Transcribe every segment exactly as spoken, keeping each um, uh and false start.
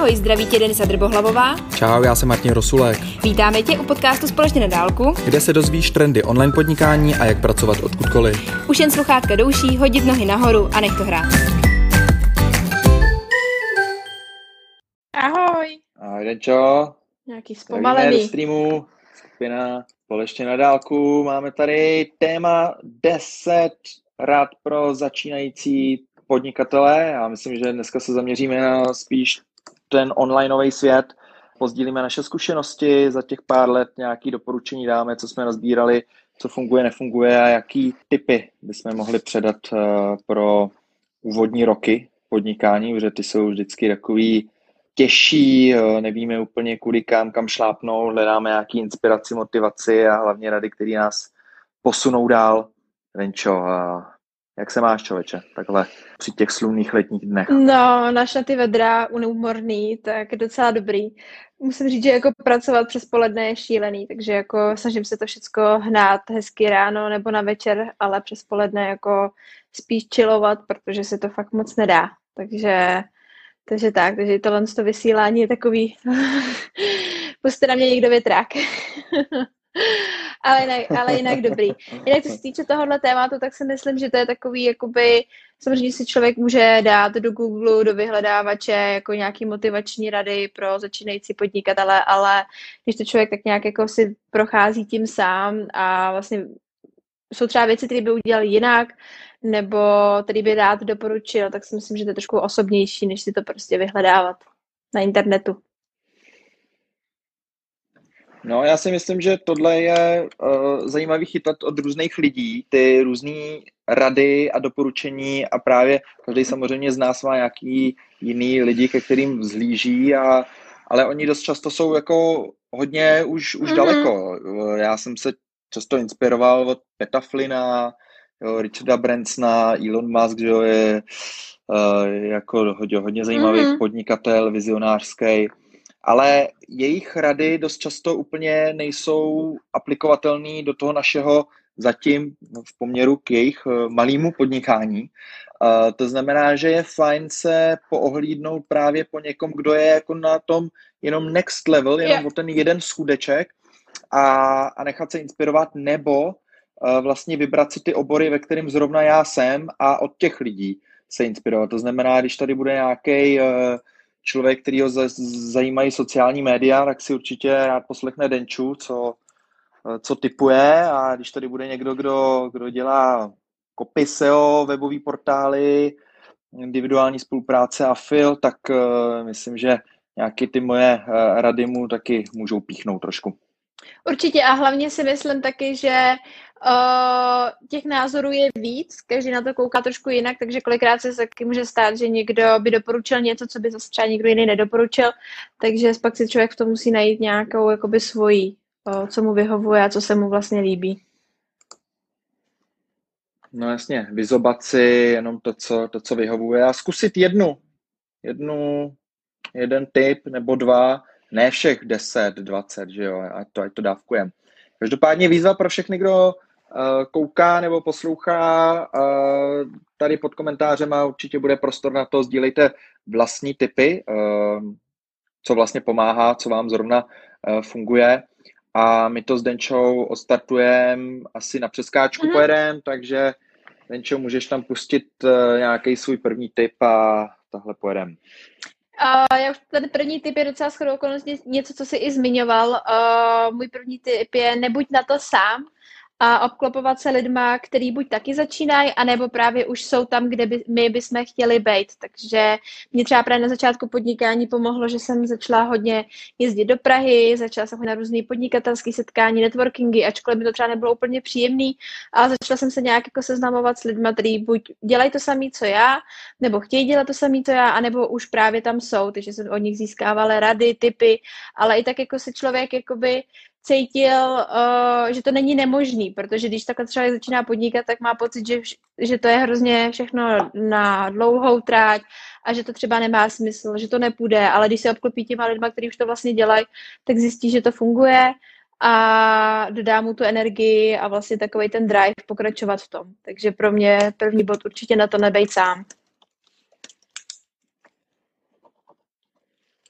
Ahoj, zdraví tě Denisa Drbohlavová. Čau, já jsem Martin Rosulek. Vítáme tě u podcastu Společně na dálku, kde se dozvíš trendy online podnikání a jak pracovat odkudkoliv. Už jen sluchátka do uší, hodit nohy nahoru a nech to hrát. Ahoj. Ahoj, Denčo. Nějaký zpomalený. Do streamu, skupina Společně na dálku. Máme tady téma deset rad pro začínající podnikatele. Já myslím, že dneska se zaměříme na spíš ten onlineový svět. Pozdílíme naše zkušenosti za těch pár let, nějaké doporučení dáme, co jsme nazbírali, co funguje, nefunguje a jaký tipy bychom mohli předat pro úvodní roky podnikání, protože ty jsou vždycky takový těžší, nevíme úplně kudy kam, kam šlápnout, hledáme nějaký inspiraci, motivaci a hlavně rady, které nás posunou dál. Renčo, jak se máš, člověče, takhle při těch slunných letních dnech? No, náš na ty vedra unumorný, tak docela dobrý. Musím říct, že jako pracovat přes poledne je šílený, takže jako snažím se to všecko hnát hezky ráno nebo na večer, ale přes poledne jako spíš chillovat, protože se to fakt moc nedá. Takže Takže tak, takže tohle to vysílání je takový, puste na mě někdo větrák. ale, jinak, ale jinak dobrý. Jinak co se týče tohohle tématu, tak si myslím, že to je takový, jakoby, samozřejmě si člověk může dát do Google, do vyhledávače, jako nějaký motivační rady pro začínající podnikatele, ale když to člověk tak nějak jako si prochází tím sám a vlastně jsou třeba věci, které by udělal jinak, nebo který by rád doporučil, tak si myslím, že to je trošku osobnější, než si to prostě vyhledávat na internetu. No, já si myslím, že tohle je uh, zajímavý chytat od různých lidí, ty různé rady a doporučení a právě každý samozřejmě z nás má nějaký jiný lidi, ke kterým vzhlíží, a, ale oni dost často jsou jako hodně už, už mm-hmm. daleko. Já jsem se často inspiroval od Peta Flynna, jo, Richarda Bransona, Elon Musk, že jo, je uh, jako hodně, hodně zajímavý mm-hmm. podnikatel, vizionářský, ale jejich rady dost často úplně nejsou aplikovatelné do toho našeho zatím v poměru k jejich uh, malému podnikání. Uh, to znamená, že je fajn se poohlídnout právě po někom, kdo je jako na tom jenom next level, jenom yeah. o ten jeden schůdeček a, a nechat se inspirovat, nebo vlastně vybrat si ty obory, ve kterým zrovna já jsem, a od těch lidí se inspirovat. To znamená, když tady bude nějaký člověk, který ho zajímají sociální média, tak si určitě rád poslechne Denču, co, co tipuje, a když tady bude někdo, kdo, kdo dělá copy S E O, webový portály, individuální spolupráce a fil, tak myslím, že nějaké ty moje rady mu taky můžou píchnout trošku. Určitě, a hlavně si myslím taky, že uh, těch názorů je víc, každý na to kouká trošku jinak, takže kolikrát se taky může stát, že někdo by doporučil něco, co by zase třeba někdo jiný nedoporučil, takže pak si člověk v tom musí najít nějakou jakoby svojí, uh, co mu vyhovuje a co se mu vlastně líbí. No jasně, vyzobat si jenom to, co, to, co vyhovuje, a zkusit jednu, jednu, jeden tip nebo dva, ne všech deset, dvacet, že jo, ať to, ať to dávkujem. Každopádně výzva pro všechny, kdo uh, kouká nebo poslouchá, uh, tady pod komentářem a určitě bude prostor na to, sdílejte vlastní tipy, uh, co vlastně pomáhá, co vám zrovna uh, funguje, a my to s Denčou odstartujeme, asi na přeskáčku mm-hmm. pojedem, takže Denčo, můžeš tam pustit uh, nějaký svůj první tip a tahle pojedem. Uh, já už ten první tip je docela shodou okolností něco, co jsi i zmiňoval. Uh, můj první tip je nebuď na to sám a obklopovat se lidma, který buď taky začínají, anebo právě už jsou tam, kde by, my bychom chtěli být. Takže mě třeba právě na začátku podnikání pomohlo, že jsem začala hodně jezdit do Prahy, začala jsem na různý podnikatelské setkání, networkingy, ačkoliv by to třeba nebylo úplně příjemný, ale začala jsem se nějak jako seznamovat s lidma, který buď dělají to samé, co já, nebo chtějí dělat to samé, co já, anebo už právě tam jsou, takže jsem od nich získávala rady, tipy, ale i tak jako se člověk jakoby cítil, uh, že to není nemožný, protože když takhle člověk začíná podnikat, tak má pocit, že, že to je hrozně všechno na dlouhou tráť a že to třeba nemá smysl, že to nepůjde, ale když se obklopí těma lidma, kteří už to vlastně dělají, tak zjistí, že to funguje a dodá mu tu energii a vlastně takovej ten drive pokračovat v tom. Takže pro mě první bod určitě na to nebejt sám.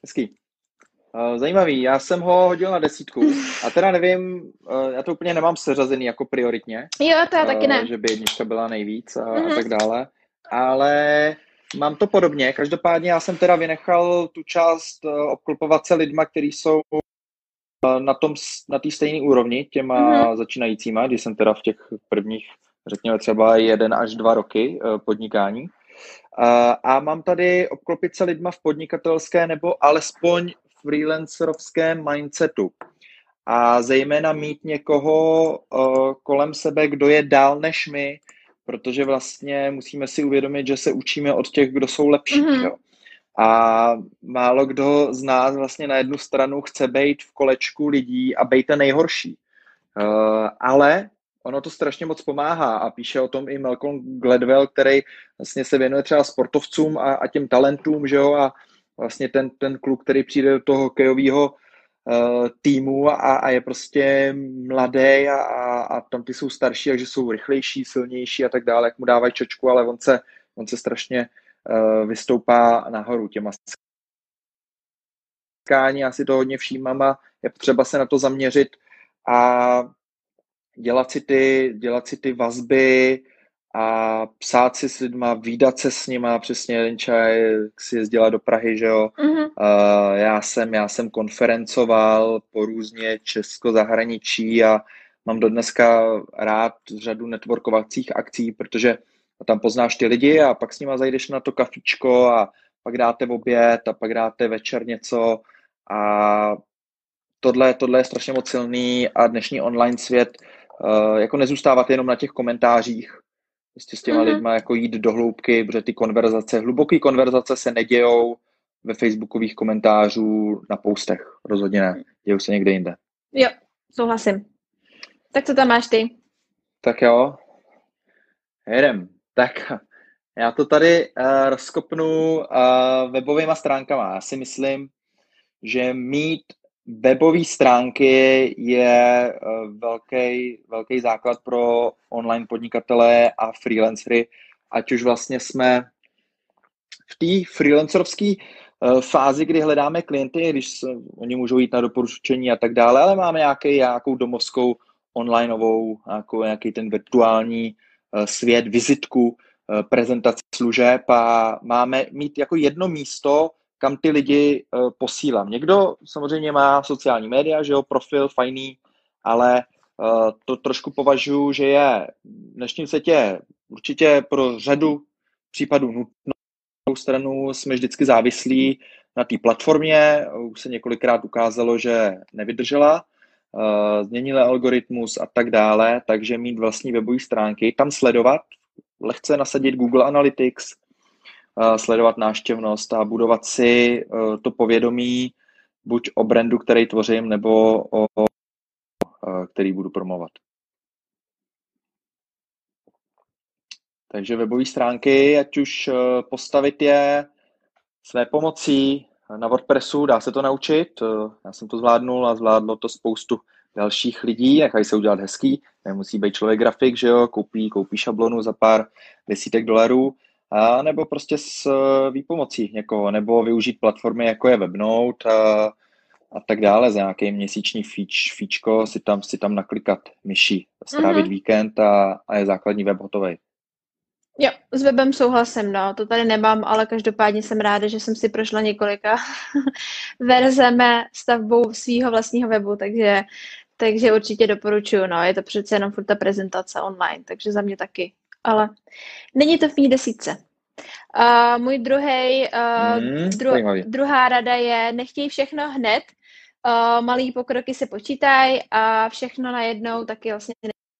Hezký. Uh, zajímavý, já jsem ho hodil na desítku a teda nevím, uh, já to úplně nemám seřazený jako prioritně, Jo, to já taky uh, ne. že by jednička byla nejvíc a, Mhm. a tak dále, ale mám to podobně, každopádně já jsem teda vynechal tu část uh, obklopovat se lidma, kteří jsou uh, na tom, na té stejné úrovni, těma Mhm. začínajícíma, když jsem teda v těch prvních, řekněme třeba jeden až dva roky uh, podnikání. Uh, a mám tady obklopit se lidma v podnikatelské nebo alespoň freelancerovském mindsetu. A zejména mít někoho uh, kolem sebe, kdo je dál než my, protože vlastně musíme si uvědomit, že se učíme od těch, kdo jsou lepší. Mhm. Jo? A málo kdo z nás vlastně na jednu stranu chce být v kolečku lidí a být ten nejhorší. Uh, ale ono to strašně moc pomáhá a píše o tom i Malcolm Gladwell, který vlastně se věnuje třeba sportovcům a, a těm talentům, že jo, a vlastně ten, ten kluk, který přijde do toho hokejového uh, týmu a, a je prostě mladý a, a, a tam ty jsou starší, takže jsou rychlejší, silnější a tak dále, jak mu dávají čočku, ale on se, on se strašně uh, vystoupá nahoru těma skání, já si to hodně všímám a je potřeba se na to zaměřit a dělat si ty, dělat si ty vazby a psát si s lidma, vídat se s nima, přesně jeden čaj si jezdila do Prahy, že jo. Mhm. Uh, já jsem, já jsem konferencoval po různě Česko, zahraničí a mám do dneska rád řadu networkovacích akcí, protože tam poznáš ty lidi a pak s nima zajdeš na to kafičko a pak dáte oběd a pak dáte večer něco a tohle, tohle je strašně moc silný a dnešní online svět uh, jako nezůstávat jenom na těch komentářích, prostě s těma Mhm. lidma jako jít do hloubky, protože ty konverzace, hluboké konverzace se nedějou ve facebookových komentářů na postech, rozhodně ne, dějou se někde jinde. Jo, souhlasím. Tak co tam máš ty? Tak jo, jedem. Tak já to tady uh, rozkopnu uh, webovýma stránkama. Já si myslím, že mít webové stránky je velký, velký základ pro online podnikatele a freelancery, ať už vlastně jsme v té freelancerovské fázi, kdy hledáme klienty, když se, oni můžou jít na doporučení a tak dále, ale máme nějaký, nějakou domovskou onlineovou, nějakou, nějaký ten virtuální svět, vizitku, prezentaci služeb a máme mít jako jedno místo, kam ty lidi uh, posílám. Někdo samozřejmě má sociální média, že jo, profil, fajný, ale uh, to trošku považuji, že je v dnešním světě určitě pro řadu případů nutno. Na druhou stranu jsme vždycky závislí na té platformě, už se několikrát ukázalo, že nevydržela, uh, změnili algoritmus a tak dále, takže mít vlastní webové stránky, tam sledovat, lehce nasadit Google Analytics, sledovat návštěvnost a budovat si to povědomí buď o brandu, který tvořím, nebo o který budu promovat. Takže webové stránky, ať už postavit je své pomocí na WordPressu, dá se to naučit. Já jsem to zvládnul a zvládlo to spoustu dalších lidí, nechají se udělat hezký, nemusí být člověk grafik, že jo, koupí, koupí šablonu za pár desítek dolarů, a nebo prostě s výpomocí někoho, nebo využít platformy, jako je Webnote a, a tak dále, za nějaký měsíční fíč, fíčko si tam, si tam naklikat myší, strávit mm-hmm. víkend a, a je základní web hotovej. Jo, s webem souhlasím, no, to tady nemám, ale každopádně jsem ráda, že jsem si prošla několika verzeme stavbou svýho vlastního webu, takže, takže určitě doporučuju, no, je to přece jenom furt ta prezentace online, takže za mě taky, ale není to v mý desítce. Uh, můj druhý, uh, mm, dru- druhá rada je, nechtěj všechno hned, uh, malý pokroky se počítají a všechno najednou taky vlastně.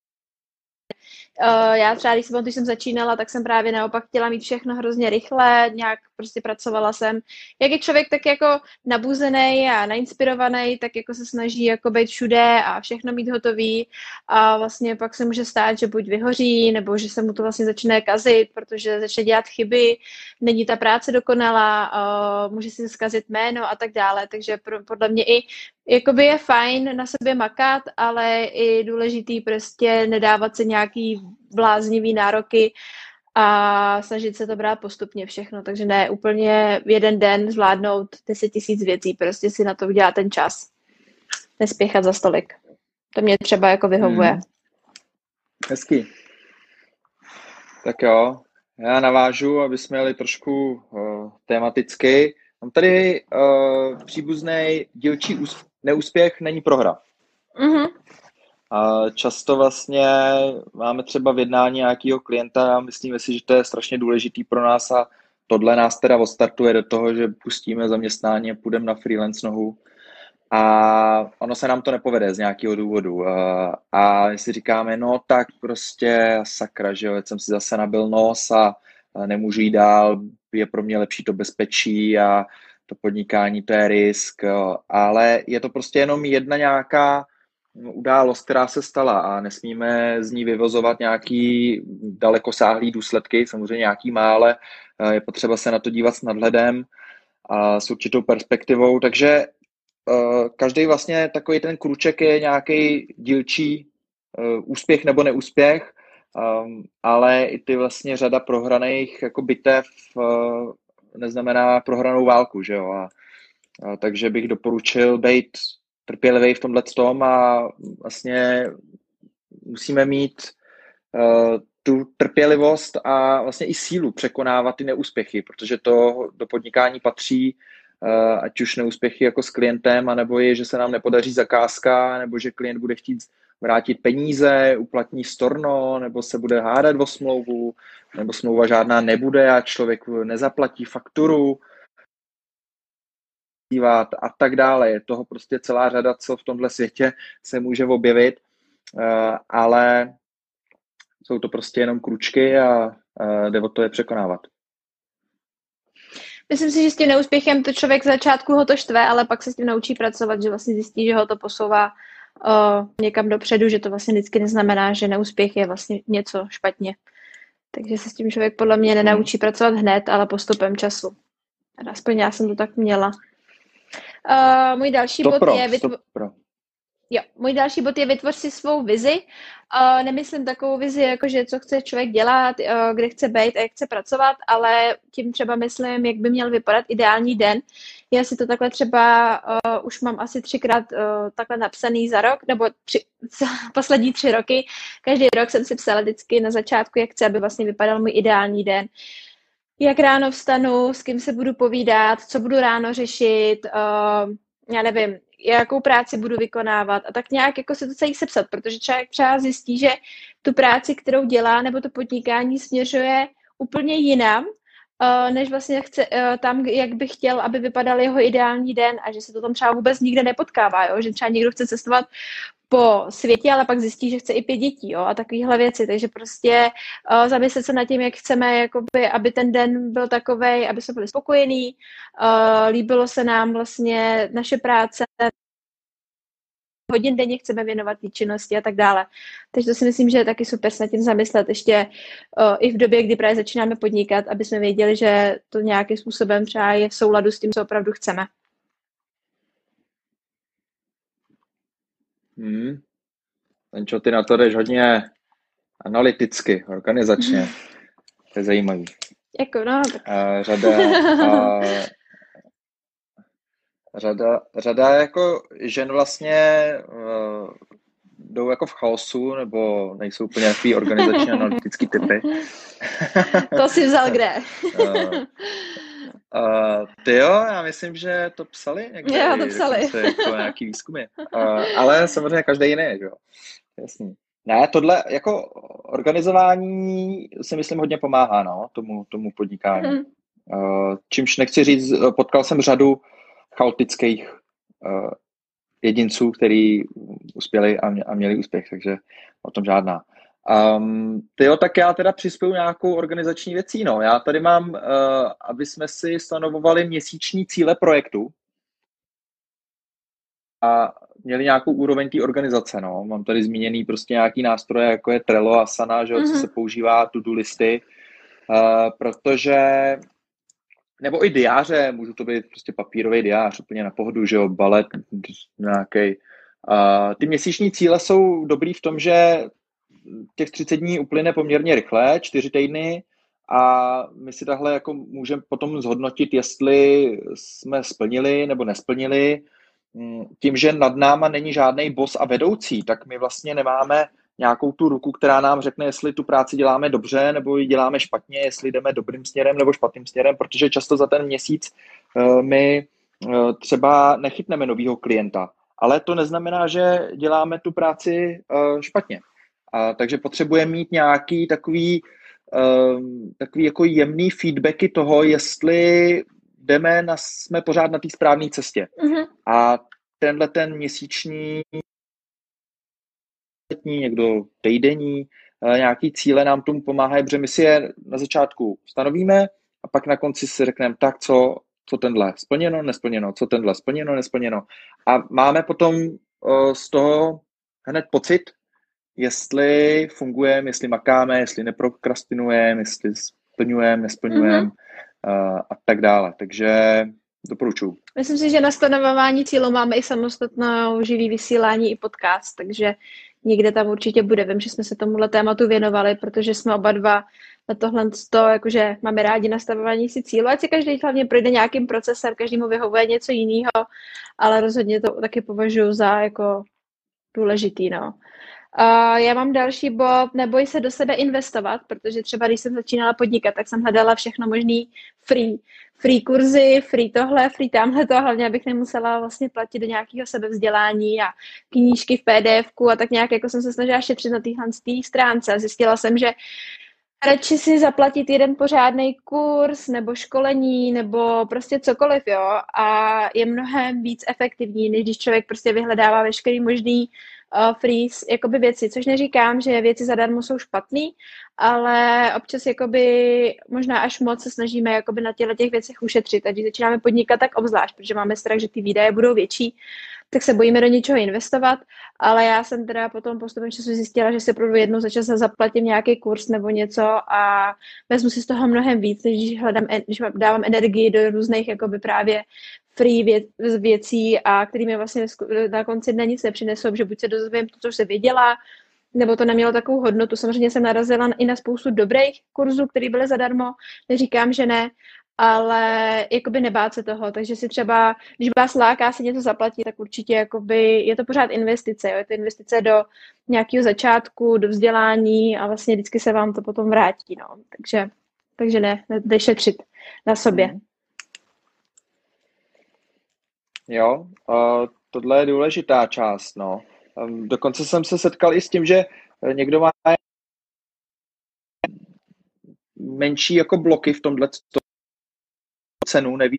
Uh, já třeba, když jsem, když jsem začínala, tak jsem právě naopak chtěla mít všechno hrozně rychle, nějak prostě pracovala jsem. Jak je člověk tak jako nabuzený a nainspirovaný, tak jako se snaží jako být všude a všechno mít hotový a vlastně pak se může stát, že buď vyhoří, nebo že se mu to vlastně začne kazit, protože začne dělat chyby, není ta práce dokonalá, uh, může si zkazit jméno a tak dále, takže pro, podle mě i jakoby je fajn na sobě makat, ale i důležitý prostě nedávat se nějaký bláznivý nároky a snažit se to brát postupně všechno, takže ne úplně v jeden den zvládnout deset tisíc věcí, prostě si na to udělat ten čas. Nespěchat za stolik. To mě třeba jako vyhovuje. Hmm. Hezký. Tak jo, já navážu, aby jsme jeli trošku uh, tematicky. Mám tady uh, příbuzný dílčí ús- neúspěch není prohra. Mhm. A často vlastně máme třeba v jednání nějakého klienta a myslíme si, že to je strašně důležitý pro nás a tohle nás teda odstartuje do toho, že pustíme zaměstnání a půjdeme na freelance nohu. A ono se nám to nepovede z nějakého důvodu. A, a my si říkáme, no tak prostě sakra, že jo, jsem si zase nabil nos a nemůžu jít dál, je pro mě lepší to bezpečí a to podnikání, to je risk. Jo. Ale je to prostě jenom jedna nějaká událost, která se stala a nesmíme z ní vyvozovat nějaký dalekosáhlý důsledky, samozřejmě nějaký má, ale je potřeba se na to dívat s nadhledem a s určitou perspektivou, takže uh, každý vlastně takový ten krůček je nějaký dílčí uh, úspěch nebo neúspěch, um, ale i ty vlastně řada prohraných jako bitev uh, neznamená prohranou válku, že jo, a, a takže bych doporučil být trpělivý v tomhle tom a vlastně musíme mít uh, tu trpělivost a vlastně i sílu překonávat ty neúspěchy, protože to do podnikání patří, uh, ať už neúspěchy jako s klientem, anebo je, že se nám nepodaří zakázka, nebo že klient bude chtít vrátit peníze, uplatní storno, nebo se bude hádat o smlouvu, nebo smlouva žádná nebude a člověk nezaplatí fakturu a tak dále. Je toho prostě celá řada, co v tomhle světě se může objevit, ale jsou to prostě jenom kručky a jde o to je překonávat. Myslím si, že s tím neúspěchem to člověk v začátku ho to štve, ale pak se s tím naučí pracovat, že vlastně zjistí, že ho to posouvá uh, někam dopředu, že to vlastně vždycky neznamená, že neúspěch je vlastně něco špatně. Takže se s tím člověk podle mě nenaučí pracovat hned, ale postupem času. Aspoň já jsem to tak měla. Uh, můj další bod pro, je vytvo- jo, můj další bod je vytvoř si svou vizi. Uh, nemyslím takovou vizi, jako že co chce člověk dělat, uh, kde chce být a jak chce pracovat, ale tím třeba myslím, jak by měl vypadat ideální den. Já si to takhle třeba uh, už mám asi třikrát uh, takhle napsaný za rok, nebo tři, poslední tři roky. Každý rok jsem si psala vždycky na začátku, jak chci, aby vlastně vypadal můj ideální den. Jak ráno vstanu, s kým se budu povídat, co budu ráno řešit, uh, já nevím, jakou práci budu vykonávat a tak nějak jako se to celý sepsat, protože člověk třeba zjistí, že tu práci, kterou dělá, nebo to podnikání směřuje úplně jinam, uh, než vlastně chce, uh, tam, jak by chtěl, aby vypadal jeho ideální den a že se to tam třeba vůbec nikde nepotkává, jo? Že třeba někdo chce cestovat po světě, ale pak zjistí, že chce i pět dětí, jo, a takovéhle věci, takže prostě uh, zamyslet se nad tím, jak chceme, jakoby, aby ten den byl takovej, aby jsme byli spokojení, uh, líbilo se nám vlastně naše práce, hodin denně chceme věnovat té činnosti a tak dále. Takže to si myslím, že je taky super se nad tím zamyslet ještě uh, i v době, kdy právě začínáme podnikat, aby jsme věděli, že to nějakým způsobem třeba je v souladu s tím, co opravdu chceme. Hmm. Tenčo, ty na to jdeš hodně analyticky, organizačně. To je zajímavý. Jako, no, tak. Uh, řada, uh, řada, řada jako žen vlastně uh, jdou jako v chaosu, nebo nejsou úplně takový organizačně analytický typy. To si vzal kde? uh, Uh, ty jo, já myslím, že to psali někde. Jo, to psali. Jako nějaký výzkumy. Uh, ale samozřejmě každý jiný, jo. Jasný. Ne, tohle jako organizování si myslím hodně pomáhá, no, tomu, tomu podnikání. Mm. Uh, čímž nechci říct, potkal jsem řadu chaotických uh, jedinců, kteří uspěli a, mě, a měli úspěch, takže o tom žádná. Um, tyjo, tak já teda přispěju nějakou organizační věcí, no. Já tady mám, uh, aby jsme si stanovovali měsíční cíle projektu a měli nějakou úroveň té organizace, no. Mám tady zmíněný prostě nějaký nástroje, jako je Trello, Asana, že, mm-hmm. co se používá, to-do listy, uh, protože, nebo i diáře, můžu to být prostě papírový diář, úplně na pohodu, že jo, balet nějaký. Uh, ty měsíční cíle jsou dobrý v tom, že těch třicet dní uplyne poměrně rychle, čtyři týdny, a my si tahle jako můžeme potom zhodnotit, jestli jsme splnili nebo nesplnili. Tím, že nad náma není žádný boss a vedoucí, tak my vlastně nemáme nějakou tu ruku, která nám řekne, jestli tu práci děláme dobře nebo ji děláme špatně, jestli jdeme dobrým směrem nebo špatným směrem, protože často za ten měsíc my třeba nechytneme novýho klienta, ale to neznamená, že děláme tu práci špatně. A takže potřebujeme mít nějaký takový, takový jako jemný feedbacky toho, jestli jdeme na, jsme pořád na té správné cestě. Mm-hmm. A tenhle ten měsíční, někdo týdenní, nějaký cíle nám tomu pomáhají, protože my si je na začátku stanovíme a pak na konci si řekneme, tak co, co tenhle splněno, nesplněno, co tenhle splněno, nesplněno. A máme potom z toho hned pocit, jestli fungujeme, jestli makáme, jestli neprokrastinujeme, jestli splňujeme, nesplňujeme. Mm-hmm. a tak dále. Takže doporučuji. Myslím si, že na stanovování cílů máme i samostatnou živý vysílání i podcast, takže někde tam určitě bude. Vím, že jsme se tomuhle tématu věnovali, protože jsme oba dva na tohle toho, jakože máme rádi nastavování si cílů, ať si každý hlavně projde nějakým procesem, každému vyhovuje něco jiného, ale rozhodně to taky považuji za jako důležitý, no. Uh, já mám další bod, neboj se do sebe investovat, protože třeba když jsem začínala podnikat, tak jsem hledala všechno možný free. Free kurzy, free tohle, free tamhle to, hlavně abych nemusela vlastně platit do nějakého sebevzdělání a knížky v pé dé efku a tak nějak jako jsem se snažila šetřit na téhle stránce a zjistila jsem, že radši si zaplatit jeden pořádný kurz nebo školení nebo prostě cokoliv, jo, a je mnohem víc efektivní, než když člověk prostě vyhledává veškerý možný uh, free jakoby věci, což neříkám, že věci zadarmo jsou špatný, ale občas jakoby možná až moc se snažíme jakoby na těchto těch věcech ušetřit a když začínáme podnikat, tak obzvlášť, protože máme strach, že ty výdaje budou větší, tak se bojíme do něčeho investovat, ale já jsem teda potom postupem času zjistila, že si opravdu jednou za čas zaplatím nějaký kurz nebo něco a vezmu si z toho mnohem víc, než když, hledám, když dávám energii do různých jakoby právě free věc, věcí, a kterými vlastně na konci dne nic nepřinesou, že buď se dozvím to, co se věděla, nebo to nemělo takovou hodnotu. Samozřejmě jsem narazila i na spoustu dobrých kurzů, které byly zadarmo, neříkám, že ne, ale jakoby nebát se toho, takže si třeba, když vás láká si něco zaplatit, tak určitě jakoby, je to pořád investice, jo? Je to investice do nějakého začátku, do vzdělání a vlastně vždycky se vám to potom vrátí, no. Takže, takže ne, jde šetřit na sobě. Mm. Jo, uh, tohle je důležitá část, no. Um, dokonce jsem se setkal i s tím, že někdo má menší jako bloky v tomhle cenu, neví,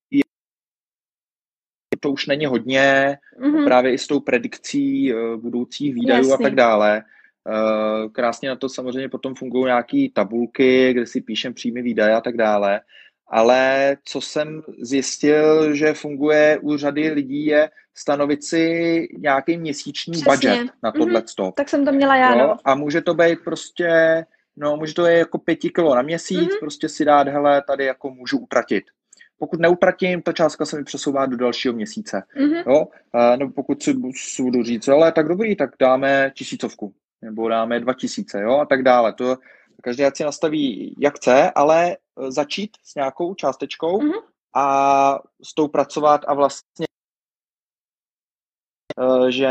to už není hodně, mm-hmm. právě i s tou predikcí uh, budoucích výdajů Jasný. A tak dále. Uh, krásně na to samozřejmě potom fungují nějaké tabulky, kde si píšem příjmy výdaje a tak dále. Ale co jsem zjistil, že funguje u řady lidí, je stanovit si nějaký měsíční Přesně. budget na tohleto. Mm-hmm. Tak jsem to měla já, no. A může to být prostě, no může to být jako pěti kilo na měsíc, mm-hmm. prostě si dát, hele, tady jako můžu utratit. Pokud neutratím, ta částka se mi přesouvá do dalšího měsíce. Mm-hmm. Jo? A, nebo pokud si, si budu říct, ale tak dobrý, tak dáme tisícovku, nebo dáme dva tisíce, jo, a tak dále. To každý ať si nastaví, jak chce, ale začít s nějakou částečkou mm-hmm. a s tou pracovat a vlastně, že,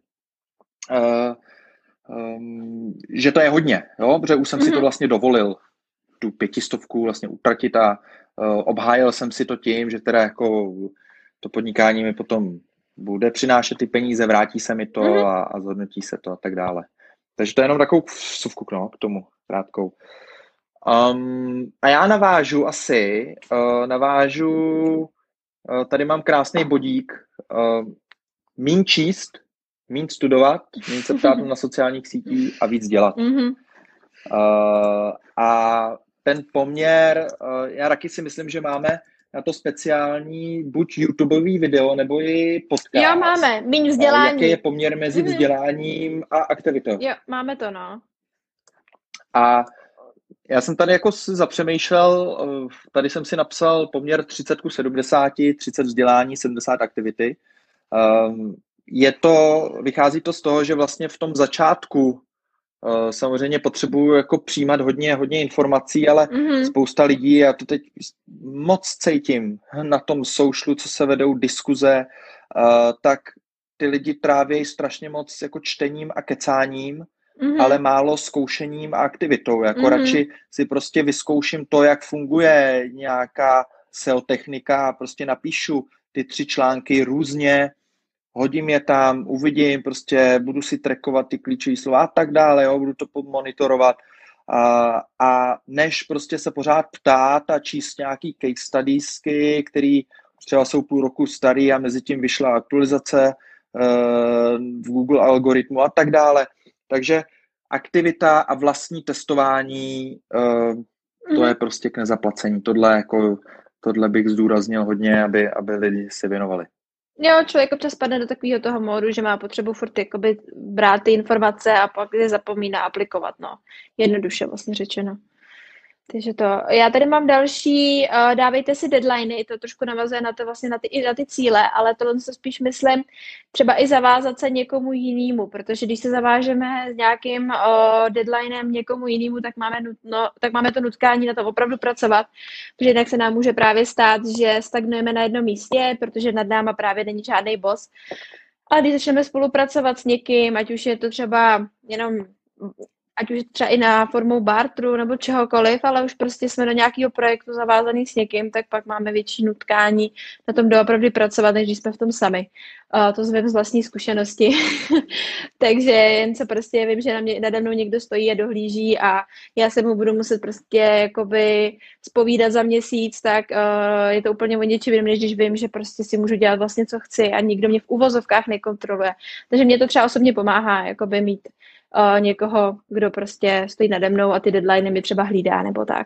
že to je hodně, jo, protože už jsem mm-hmm. si to vlastně dovolil, tu pětistovku vlastně utratit a obhájil jsem si to tím, že teda jako to podnikání mi potom bude přinášet ty peníze, vrátí se mi to mm-hmm. a, a zhodnotí se to a tak dále. Takže to je jenom takovou vsuvku, no, k tomu krátkou. Um, a já navážu asi, uh, navážu, uh, tady mám krásný bodík, uh, míň číst, míň studovat, míň se ptát na sociálních sítích a víc dělat. Mm-hmm. Uh, a ten poměr, uh, já taky si myslím, že máme na to speciální buď YouTubeový video, nebo i podcast. Jo, máme, míň vzdělání. Uh, jaký je poměr mezi vzděláním a aktivitou. Jo, máme to, no. A já jsem tady jako si zapřemýšlel, tady jsem si napsal poměr třicet ku sedmdesáti, třicet vzdělání, sedmdesát aktivity. Je to, vychází to z toho, že vlastně v tom začátku Uh, samozřejmě potřebuju jako přijímat hodně, hodně informací, ale Mhm. spousta lidí, já to teď moc cítím na tom socialu, co se vedou diskuze, uh, tak ty lidi trávějí strašně moc jako čtením a kecáním, Mhm. ale málo zkoušením a aktivitou. Jako Mhm. radši si prostě vyzkouším to, jak funguje nějaká S E O technika a prostě napíšu ty tři články různě, hodím je tam, uvidím, prostě budu si trackovat ty klíčové slova a tak dále, jo, budu to monitorovat. A, a než prostě se pořád ptát a číst nějaký case studiesky, který třeba jsou půl roku starý a mezi tím vyšla aktualizace uh, v Google algoritmu a tak dále. Takže aktivita a vlastní testování, uh, to je prostě k nezaplacení. Tohle, jako, tohle bych zdůraznil hodně, aby, aby lidi se věnovali. Jo, člověk občas padne do takového toho módu, že má potřebu furt jakoby brát ty informace a pak je zapomíná aplikovat, no. Jednoduše vlastně řečeno. Takže to. Já tady mám další, uh, dávejte si deadliny, to trošku navazuje na to vlastně na ty, i na ty cíle, ale tohle se spíš myslím třeba i zavázat se někomu jinému, protože když se zavážeme s nějakým uh, deadlinem někomu jinému, tak máme, nutno, tak máme to nutkání na to opravdu pracovat, protože jinak se nám může právě stát, že stagnujeme na jednom místě, protože nad náma právě není žádný boss. Ale když začneme spolupracovat s někým, ať už je to třeba jenom ať už třeba i na formou barteru nebo čehokoliv, ale už prostě jsme do nějakého projektu zavázaný s někým, tak pak máme větší nutkání na tom doopravdy pracovat, než když jsme v tom sami. Uh, to zvím z vlastní zkušenosti. Takže jen se prostě vím, že na mě, nade mnou někdo stojí a dohlíží a já se mu budu muset prostě jakoby zpovídat za měsíc, tak uh, je to úplně o něčem jiném, než když vím, že prostě si můžu dělat vlastně, co chci a nikdo mě v uvozovkách nekontroluje. Takže mě to třeba osobně pomáhá, jakoby mít Uh, někoho, kdo prostě stojí nade mnou a ty deadliny mi třeba hlídá nebo tak.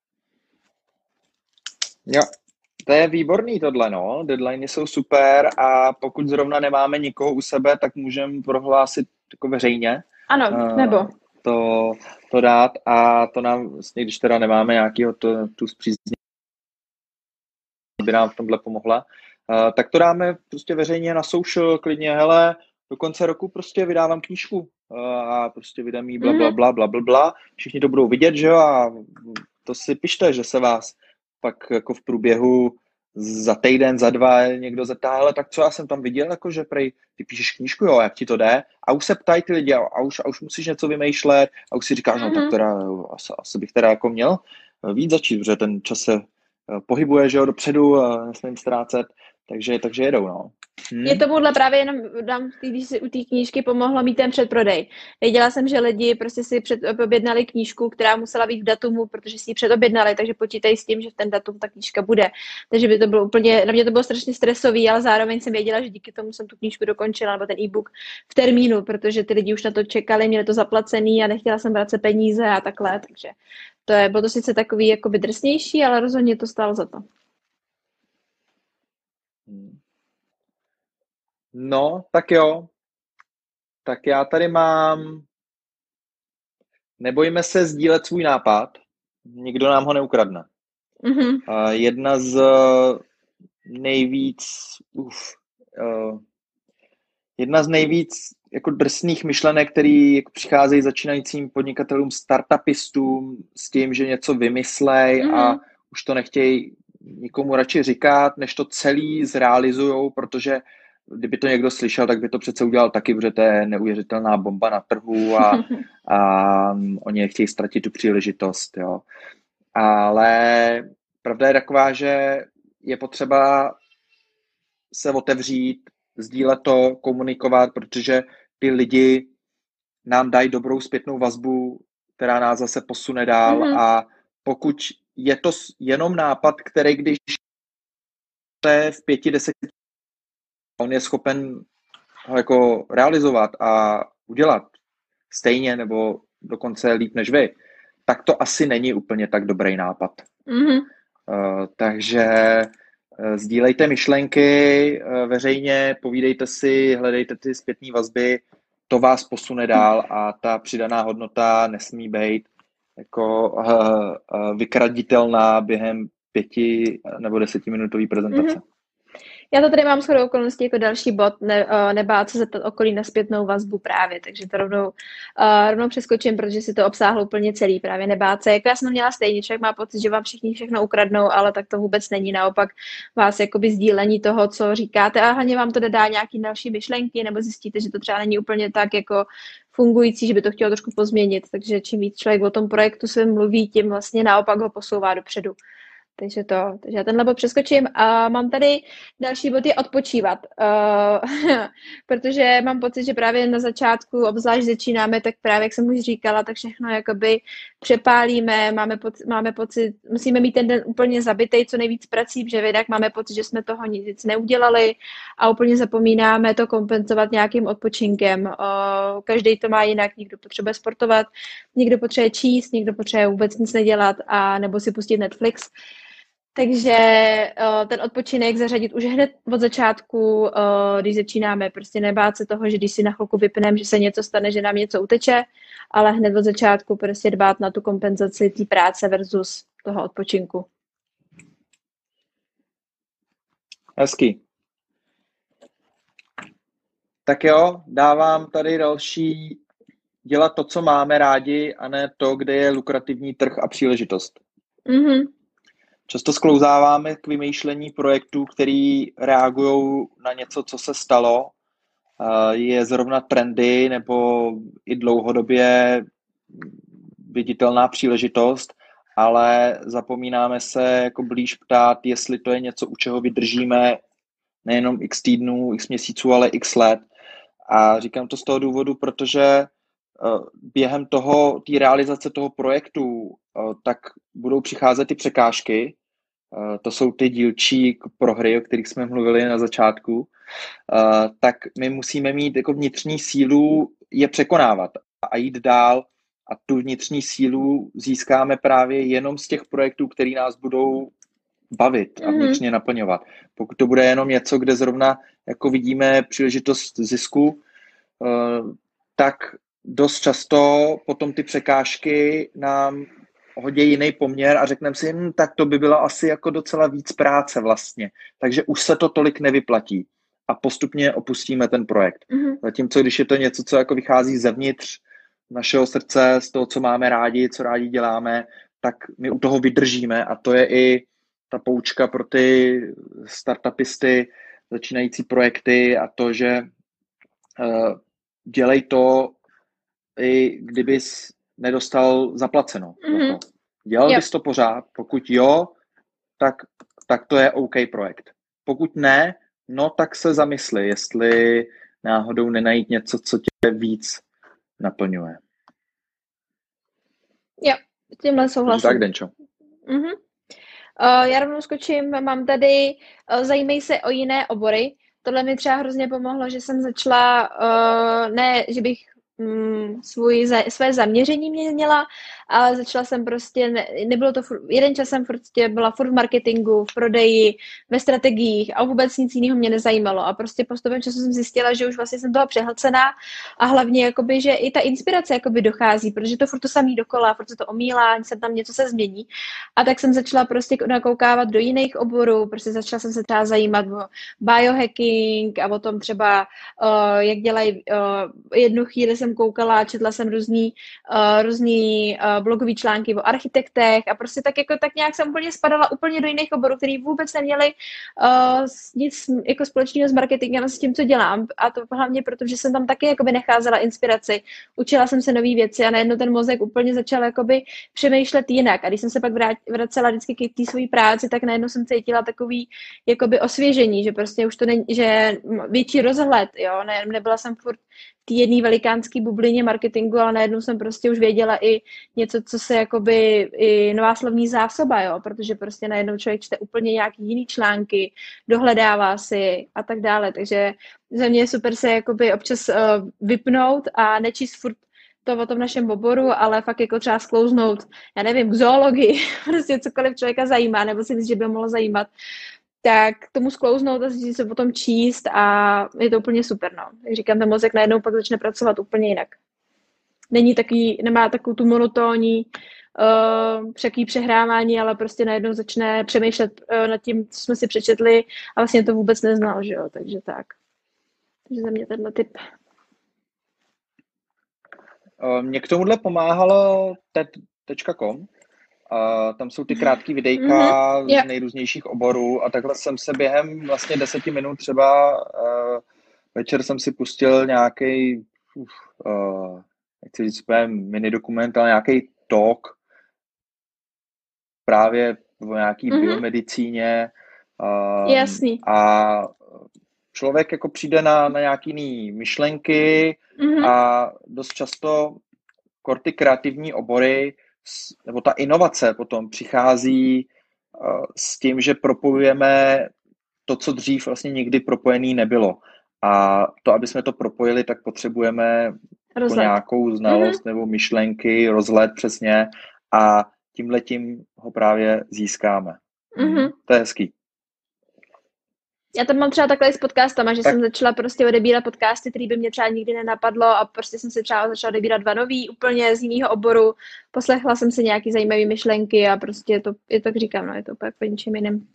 Jo, to je výborný tohle, no. Deadliny jsou super a pokud zrovna nemáme nikoho u sebe, tak můžeme prohlásit jako veřejně. Ano, uh, nebo? To, to dát a to nám, vlastně, když teda nemáme nějakýho to, tu zpříznění, by nám v tomhle pomohla, uh, tak to dáme prostě veřejně na social, klidně, hele, do konce roku prostě vydávám knížku a prostě vydám jí bla, bla, bla, bla, bla, bla. Všichni to budou vidět, že jo, a to si pište, že se vás pak jako v průběhu za týden, za dva někdo zeptá, ale tak co já jsem tam viděl, jako že prej, ty píšeš knížku, jo, jak ti to jde? A už se ptají ty lidi a už, a už musíš něco vymýšlet a už si říkáš, no tak teda asi, asi bych teda jako měl víc začít, protože ten čas se pohybuje, že jo, dopředu a nesmím ztrácet, takže, takže jedou, no. Hmm. Je tomuhle právě jenom dám, když si u té knížky pomohlo mít ten předprodej. Věděla jsem, že lidi prostě si předobjednali knížku, která musela být v datumu, protože si ji předobjednali, takže počítají s tím, že v ten datum ta knížka bude. Takže by to bylo úplně, na mě to bylo strašně stresový, ale zároveň jsem věděla, že díky tomu jsem tu knížku dokončila, nebo ten e-book v termínu, protože ty lidi už na to čekali, měli to zaplacený a nechtěla jsem vracet peníze a takhle, takže to je, bylo to sice takový jakoby drsnější, ale rozhodně to stálo za to. No, tak jo. Tak já tady mám... Nebojíme se sdílet svůj nápad. Nikdo nám ho neukradne. Mm-hmm. Uh, jedna z nejvíc... Uf, uh, jedna z nejvíc jako drsných myšlenek, který jako přicházejí začínajícím podnikatelům, startupistům s tím, že něco vymyslej mm-hmm. a už to nechtějí nikomu radši říkat, než to celý zrealizujou, protože kdyby to někdo slyšel, tak by to přece udělal taky, protože to je neuvěřitelná bomba na trhu a, a oni nechtějí ztratit tu příležitost. Jo. Ale pravda je taková, že je potřeba se otevřít, sdílet to, komunikovat, protože ty lidi nám dají dobrou zpětnou vazbu, která nás zase posune dál mm-hmm. a pokud je to jenom nápad, který když je v pěti, deseti on je schopen ho jako realizovat a udělat stejně nebo dokonce líp než vy, tak to asi není úplně tak dobrý nápad. Mm-hmm. Uh, takže uh, sdílejte myšlenky uh, veřejně, povídejte si, hledejte ty zpětné vazby, to vás posune dál a ta přidaná hodnota nesmí být jako uh, uh, vykraditelná během pěti nebo desetiminutový prezentace. Mm-hmm. Já to tady mám shodou okolností jako další bod, ne, uh, nebát se zeptat okolí na zpětnou vazbu právě, takže to rovnou, uh, rovnou přeskočím, protože si to obsáhlo úplně celý, právě nebát se. Jako já jsem to měla stejně, člověk má pocit, že vám všichni všechno ukradnou, ale tak to vůbec není, naopak vás jakoby sdílení toho, co říkáte a hlavně vám to dodá nějaký další myšlenky, nebo zjistíte, že to třeba není úplně tak jako fungující, že by to chtělo trošku pozměnit, takže čím víc člověk o tom projektu se mluví, tím vlastně naopak ho posouvá dopředu. Takže to, takže já tenhle bod přeskočím a mám tady další bod je odpočívat, uh, protože mám pocit, že právě na začátku, obzvlášť začínáme, tak právě, jak jsem už říkala, tak všechno jakoby přepálíme, máme pocit, máme pocit, musíme mít ten den úplně zabitej, co nejvíc prací, protože jinak máme pocit, že jsme toho nic neudělali a úplně zapomínáme to kompenzovat nějakým odpočinkem. Uh, každý to má jinak, někdo potřebuje sportovat, někdo potřebuje číst, někdo potřebuje vůbec nic nedělat a nebo si pustit Netflix. Takže uh, ten odpočinek zařadit už hned od začátku, uh, když začínáme, prostě nebát se toho, že když si na chvilku vypneme, že se něco stane, že nám něco uteče, ale hned od začátku prostě dbát na tu kompenzaci té práce versus toho odpočinku. Hezký. Tak jo, dávám tady další dělat to, co máme rádi, a ne to, kde je lukrativní trh a příležitost. Mm-hmm. Často sklouzáváme k vymýšlení projektů, který reagují na něco, co se stalo, je zrovna trendy nebo i dlouhodobě viditelná příležitost, ale zapomínáme se jako blíž ptát, jestli to je něco, u čeho vydržíme nejenom x týdnů, x měsíců, ale x let. A říkám to z toho důvodu, protože během toho, té realizace toho projektu, tak budou přicházet ty překážky. To jsou ty dílčí prohry, o kterých jsme mluvili na začátku. Tak my musíme mít jako vnitřní sílu je překonávat a jít dál. A tu vnitřní sílu získáme právě jenom z těch projektů, které nás budou bavit a vnitřně naplňovat. Pokud to bude jenom něco, kde zrovna jako vidíme příležitost zisku, tak dost často potom ty překážky nám hodí jiný poměr a řekneme si, hm, tak to by bylo asi jako docela víc práce vlastně. Takže už se to tolik nevyplatí a postupně opustíme ten projekt. Mm-hmm. Zatímco když je to něco, co jako vychází zevnitř našeho srdce, z toho, co máme rádi, co rádi děláme, tak my u toho vydržíme a to je i ta poučka pro ty startupisty, začínající projekty a to, že uh, dělej to, i kdybys nedostal zaplaceno. Mm-hmm. Dělal yep. bys to pořád? Pokud jo, tak, tak to je OK projekt. Pokud ne, no tak se zamysli, jestli náhodou nenajít něco, co tě víc naplňuje. Jo, s tímhle souhlasím. Tak, Denčo. Mm-hmm. Uh, já rovnou skočím, mám tady, uh, zajímej se o jiné obory. Tohle mi třeba hrozně pomohlo, že jsem začala, uh, ne, že bych mm, svůj, své zaměření měnila, ale začala jsem prostě, ne, nebylo to, furt, jeden čas jsem prostě byla furt v marketingu, v prodeji, ve strategiích a vůbec nic jiného mě nezajímalo a prostě postupem času jsem zjistila, že už vlastně jsem byla přehlcená a hlavně jakoby, že i ta inspirace jakoby dochází, protože to furt to samý dokola, furt se to omílá, se tam něco se změní a tak jsem začala prostě nakoukávat do jiných oborů, prostě začala jsem se třeba zajímat o biohacking a o tom třeba, uh, jak dělají, uh, jednu chvíli jsem koukala, četla jsem různý, uh, různý uh, blogový články o architektech a prostě tak jako tak nějak jsem úplně spadala úplně do jiných oborů, který vůbec neměli uh, nic jako společného s marketingem a s tím, co dělám. A to hlavně proto, že jsem tam taky jakoby nacházela inspiraci. Učila jsem se nové věci a najednou ten mozek úplně začal jakoby přemýšlet jinak. A když jsem se pak vracela vždycky k té své práci, tak najednou jsem cítila takový jakoby osvěžení, že prostě už to není, že větší rozhled, jo, ne, nebyla jsem furt té jedné velikánské bublině marketingu, ale najednou jsem prostě už věděla i něco, co se jakoby i nová slovní zásoba, jo, protože prostě najednou člověk čte úplně nějaký jiný články, dohledává si a tak dále, takže za mě je super se jakoby občas uh, vypnout a nečíst furt to o tom našem oboru, ale fakt jako třeba sklouznout, já nevím, k zoologii, prostě cokoliv člověka zajímá, nebo si myslí, že by ho mohlo zajímat, tak tomu sklouznout a si se potom číst a je to úplně super, no. Jak říkám, ten mozek najednou pak začne pracovat úplně jinak. není takový, nemá takovou tu monotónní uh, překý přehrávání, ale prostě najednou začne přemýšlet uh, nad tím, co jsme si přečetli a vlastně to vůbec neznal, že jo, takže tak. Takže za mě tenhle typ. Mně k tomuhle pomáhalo ted tečka com. Uh, tam jsou ty krátké videjka mm-hmm. yeah. z nejrůznějších oborů a takhle jsem se během vlastně deseti minut třeba uh, večer jsem si pustil nějaký uh, nechci říct úplně mini dokument, ale nějaký talk právě o nějaký mm-hmm. biomedicíně uh, Jasný. a člověk jako přijde na, na nějaký jiný myšlenky mm-hmm. a dost často kor ty kreativní obory nebo ta inovace potom přichází uh, s tím, že propojujeme to, co dřív vlastně nikdy propojený nebylo. A to, aby jsme to propojili, tak potřebujeme nějakou znalost mm-hmm. nebo myšlenky, rozhled přesně a tímhletím ho právě získáme. Mm-hmm. To je hezký. Já tam mám třeba takhle s podcastama, že tak. jsem začala prostě odebírat podcasty, které by mě třeba nikdy nenapadlo a prostě jsem se třeba začala odebírat dva nový úplně z jiného oboru. Poslechla jsem si nějaký zajímavé myšlenky a prostě je to, je to, jak říkám, no, je to úplně po ničem jiným.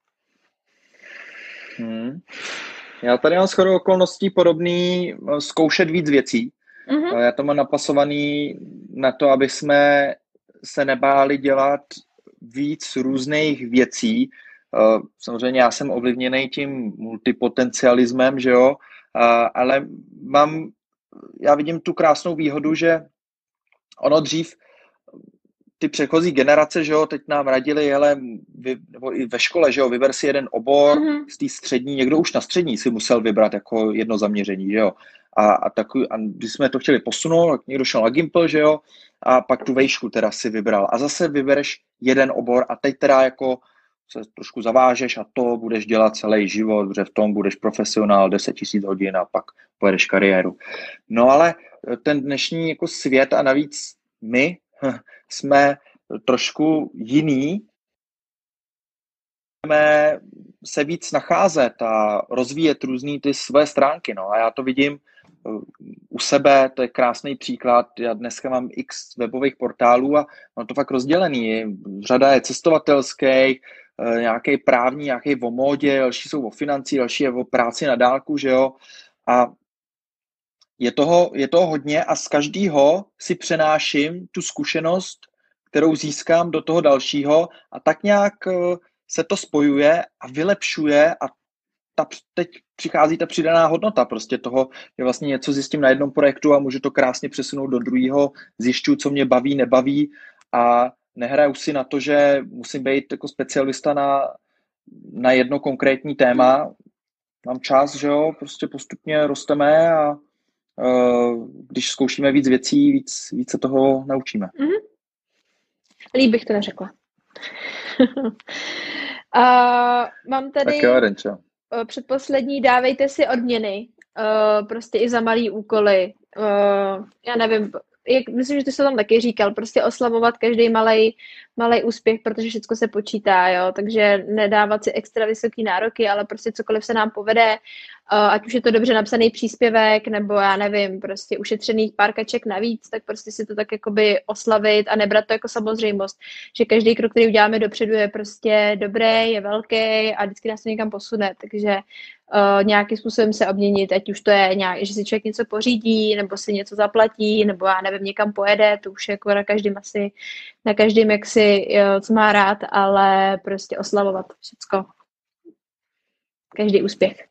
Hmm. Já tady mám shodou okolností podobný zkoušet víc věcí. Mm-hmm. Já to mám napasovaný na to, aby jsme se nebáli dělat víc různých věcí. Samozřejmě já jsem ovlivněný tím multipotencialismem, že jo, ale mám, já vidím tu krásnou výhodu, že ono dřív ty předchozí generace, že jo, teď nám radili, hele, vy, nebo i ve škole, že jo, vyber si jeden obor mm-hmm. z té střední, někdo už na střední si musel vybrat jako jedno zaměření, že jo. A, a, takový, a když jsme to chtěli posunout, tak někdo šel na Gimpl, že jo, a pak tu vejšku teda si vybral. A zase vybereš jeden obor a teď teda jako se trošku zavážeš a to budeš dělat celý život, protože v tom budeš profesionál deset tisíc hodin a pak pojedeš kariéru. No ale ten dnešní jako svět a navíc my jsme trošku jiný, můžeme se víc nacházet a rozvíjet různý ty své stránky. No. A já to vidím u sebe, to je krásný příklad. Já dneska mám x webových portálů a mám to fakt rozdělený. Řada je cestovatelských, nějaký právní, nějaký o módě, další jsou o financí, další je o práci na dálku, že jo. A je toho, je toho hodně a z každého si přenáším tu zkušenost, kterou získám do toho dalšího a tak nějak se to spojuje a vylepšuje a ta, teď přichází ta přidaná hodnota prostě toho, že vlastně něco zjistím na jednom projektu a můžu to krásně přesunout do druhého, zjišťuju, co mě baví, nebaví a nehraju si na to, že musím být jako specialista na, na jedno konkrétní téma. Mám čas, že jo, prostě postupně rosteme a uh, když zkoušíme víc věcí, víc, víc se toho naučíme. Mm-hmm. Líp bych to neřekla. uh, mám tady tak jo, Renčo. Uh, předposlední dávejte si odměny, uh, prostě i za malý úkoly. Uh, já nevím, jak, myslím, že ty jsi to tam taky říkal, prostě oslavovat každý malej, malej úspěch, protože všechno se počítá, jo, takže nedávat si extra vysoký nároky, ale prostě cokoliv se nám povede, ať už je to dobře napsaný příspěvek, nebo já nevím, prostě ušetřených pár kaček navíc, tak prostě si to tak jakoby oslavit a nebrat to jako samozřejmost, že každý krok, který uděláme dopředu, je prostě dobrý, je velký a vždycky nás to někam posune, takže Uh, nějakým způsobem se obměnit, ať už to je nějak, že si člověk něco pořídí, nebo si něco zaplatí, nebo já nevím, někam pojede, to už je jako na každém asi, na každém, jak si, jo, co má rád, ale prostě oslavovat všecko. Každý úspěch.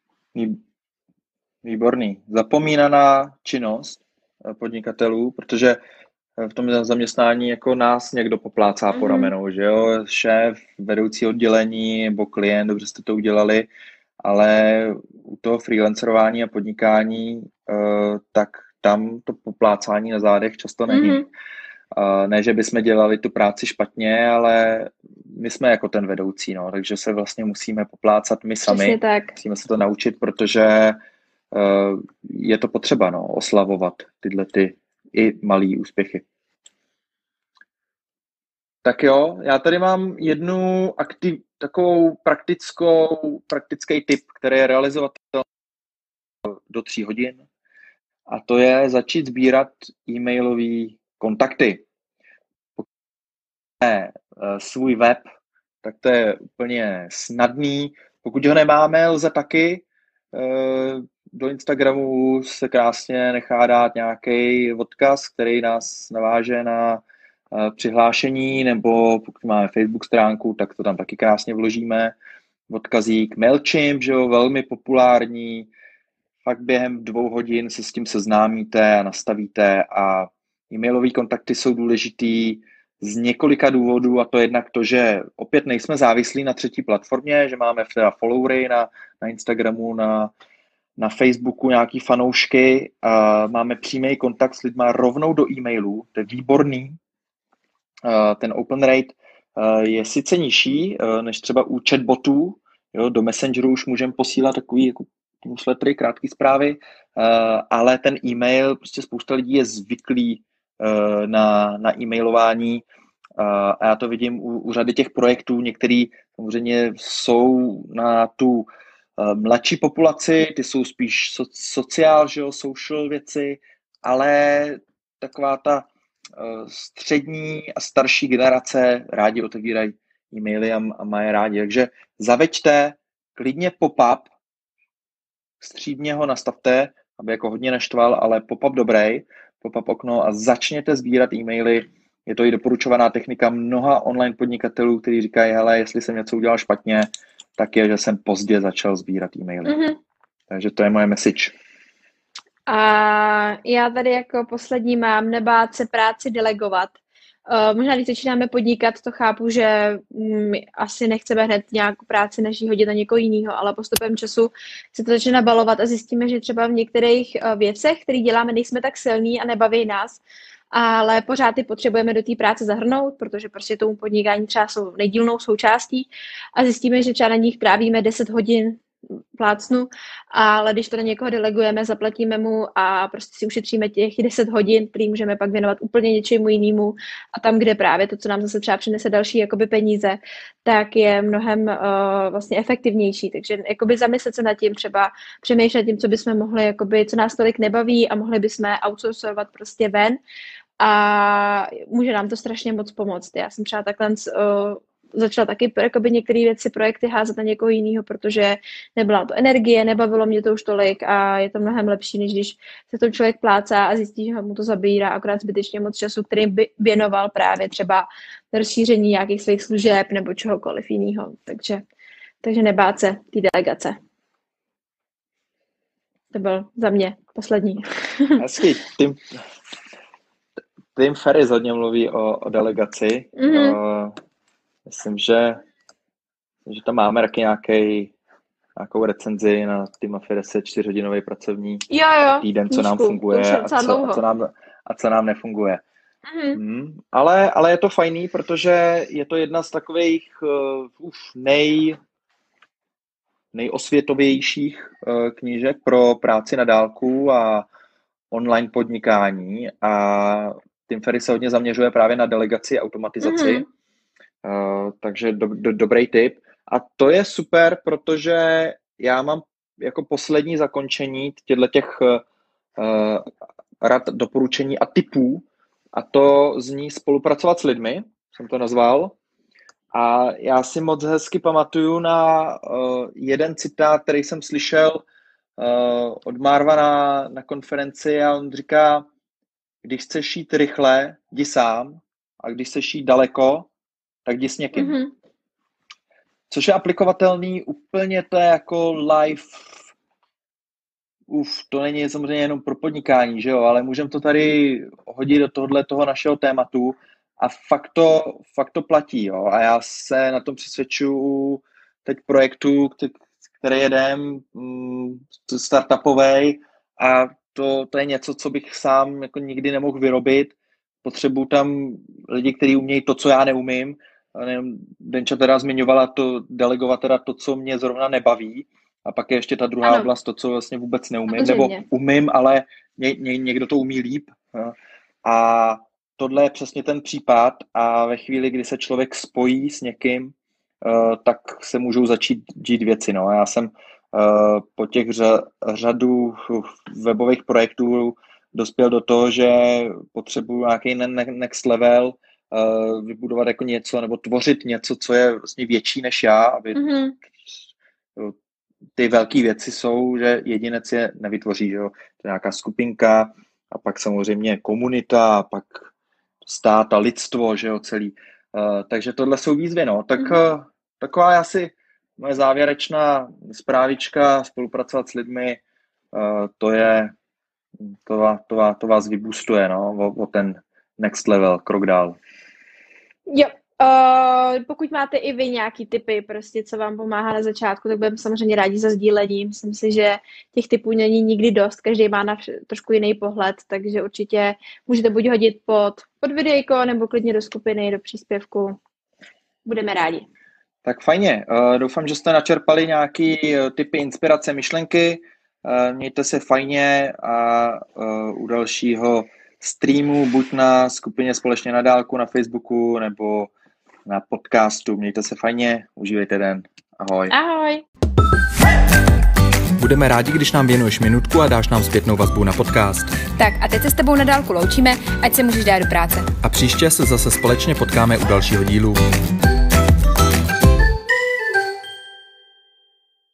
Výborný. Zapomínaná činnost podnikatelů, protože v tom zaměstnání jako nás někdo poplácá mm-hmm. po ramenou, že jo, šéf, vedoucí oddělení nebo klient, dobře jste to udělali, ale u toho freelancerování a podnikání, tak tam to poplácání na zádech často není. Mm-hmm. Ne, že bychom dělali tu práci špatně, ale my jsme jako ten vedoucí, no, takže se vlastně musíme poplácat my sami. Musíme se to naučit, protože je to potřeba, no, oslavovat tyhle ty i malý úspěchy. Tak jo, já tady mám jednu aktiv, takovou praktickou, praktický tip, který je realizovatelný do tří hodin. a to je začít sbírat e-mailové kontakty. Pokud máme svůj web, tak to je úplně snadný. Pokud ho nemáme, lze taky. Do Instagramu se krásně nechá dát nějaký odkaz, který nás naváže na přihlášení, nebo pokud máme Facebook stránku, tak to tam taky krásně vložíme. Odkazík MailChimp, že jo, velmi populární. Fakt během dvou hodin se s tím seznámíte a nastavíte a e-mailové kontakty jsou důležitý z několika důvodů, a to jednak to, že opět nejsme závislí na třetí platformě, že máme teda followery na, na Instagramu, na, na Facebooku, nějaký fanoušky, a máme přímý kontakt s lidma rovnou do e-mailu, to je výborný. Ten open rate je sice nižší než třeba u chatbotů, jo, do Messengeru už můžeme posílat takový jako newslettery, krátké zprávy, ale ten e-mail, prostě spousta lidí je zvyklý na, na e-mailování a já to vidím u, u řady těch projektů, některý samozřejmě jsou na tu mladší populaci, ty jsou spíš so, sociál, že jo, social věci, ale taková ta střední a starší generace rádi otevírají e-maily a, a mají rádi. Takže zaveďte klidně pop-up, střídně ho nastavte, aby jako hodně neštval, ale pop-up dobrý, pop-up okno a začněte sbírat e-maily. Je to i doporučovaná technika mnoha online podnikatelů, kteří říkají, hele, jestli jsem něco udělal špatně, tak je, že jsem pozdě začal sbírat e-maily. Mm-hmm. Takže to je moje message. A já tady jako poslední mám nebát se práci delegovat. Uh, možná, když začínáme podnikat, to chápu, že my asi nechceme hned nějakou práci naší hodit na někoho jiného, ale postupem času se to začne nabalovat a zjistíme, že třeba v některých uh, věcech, které děláme, nejsme tak silní a nebaví nás, ale pořád ty potřebujeme do té práce zahrnout, protože prostě tomu podnikání třeba jsou nedílnou součástí a zjistíme, že třeba na nich trávíme deset hodin plácnu, ale když to na někoho delegujeme, zaplatíme mu a prostě si ušetříme těch deset hodin, který můžeme pak věnovat úplně něčemu jinému a tam, kde právě to, co nám zase třeba přinese další jakoby peníze, tak je mnohem uh, vlastně efektivnější. Takže jakoby zamyslet se nad tím, třeba přemýšlet tím, co bychom mohli, jakoby, co nás tolik nebaví a mohli bychom outsourcovat prostě ven a může nám to strašně moc pomoct. Já jsem třeba takhle uh, začala taky jakoby některé věci, projekty házet na někoho jiného, protože nebyla to energie, nebavilo mě to už tolik a je to mnohem lepší, než když se to člověk plácá a zjistí, že mu to zabírá akorát zbytečně moc času, který by věnoval právě třeba rozšíření nějakých svých služeb nebo čehokoliv jiného. Takže, takže nebát se té delegace. To byl za mě poslední. Hezký. Tim, Tim Ferriss hodně mluví o, o delegaci. Mm-hmm. O, Myslím, že, že tam máme taky nějaký, nějakou recenzi na Tima Ferrisse, čtyřhodinový pracovní jo, jo, týden, co nám funguje a co, a, co nám, a co nám nefunguje. Mm-hmm. Hmm, ale, ale je to fajný, protože je to jedna z takových uh, už nej, nejosvětovějších uh, knížek pro práci na dálku a online podnikání. A Tim Ferriss se hodně zaměřuje právě na delegaci a automatizaci. Mm-hmm. Uh, takže do, do, dobrý tip. A to je super, protože já mám jako poslední zakončení těchto těch uh, rad, doporučení a tipů, a to zní spolupracovat s lidmi, jsem to nazval. A já si moc hezky pamatuju na uh, jeden citát, který jsem slyšel uh, od Marva na, na konferenci, a on říká, když chceš jít rychle, jdi sám, a když chceš jít daleko, tak jdi s někým. Mm-hmm. Což je aplikovatelný úplně, to je jako live, uf, to není samozřejmě jenom pro podnikání, že jo, ale můžeme to tady hodit do tohohle toho našeho tématu a fakt to, fakt to platí, jo, a já se na tom přesvědčuju teď projektu, který jedem, startupovej, a to, to je něco, co bych sám jako nikdy nemohl vyrobit. Potřebuju tam lidi, kteří umějí to, co já neumím. Denča teda zmiňovala to, delegovat teda to, co mě zrovna nebaví, a pak je ještě ta druhá ano. oblast, to, co vlastně vůbec neumím, nebo umím, ale ně, ně, někdo to umí líp. A tohle je přesně ten případ, a ve chvíli, kdy se člověk spojí s někým, tak se můžou začít dít věci. No. Já jsem po těch řadu webových projektů dospěl do toho, že potřebuju nějaký next level, vybudovat jako něco nebo tvořit něco, co je vlastně větší než já, aby mm-hmm. ty velké věci jsou, že jedinec je nevytvoří, že jo? To je nějaká skupinka a pak samozřejmě komunita a pak stát a lidstvo, že jo, celý. Uh, takže tohle jsou výzvy, no. Tak, mm-hmm. uh, taková asi moje závěrečná zprávička, spolupracovat s lidmi, uh, to je, to, to, to vás vyboostuje, no, o, o ten next level, krok dál. Jo, uh, pokud máte i vy nějaký tipy, prostě, co vám pomáhá na začátku, tak budeme samozřejmě rádi za sdílení. Myslím si, že těch typů není nikdy dost, každý má na vš- trošku jiný pohled, takže určitě můžete buď hodit pod, pod videjko, nebo klidně do skupiny, do příspěvku. Budeme rádi. Tak fajně, uh, doufám, že jste načerpali nějaký uh, typy inspirace, myšlenky. Uh, mějte se fajně a uh, u dalšího streamu, buď na skupině Společně na dálku na Facebooku, nebo na podcastu. Mějte se fajně, užívejte den. Ahoj. Ahoj. Budeme rádi, když nám věnuješ minutku a dáš nám zpětnou vazbu na podcast. Tak a teď se s tebou na dálku loučíme, ať se můžeš dát do práce. A příště se zase společně potkáme u dalšího dílu.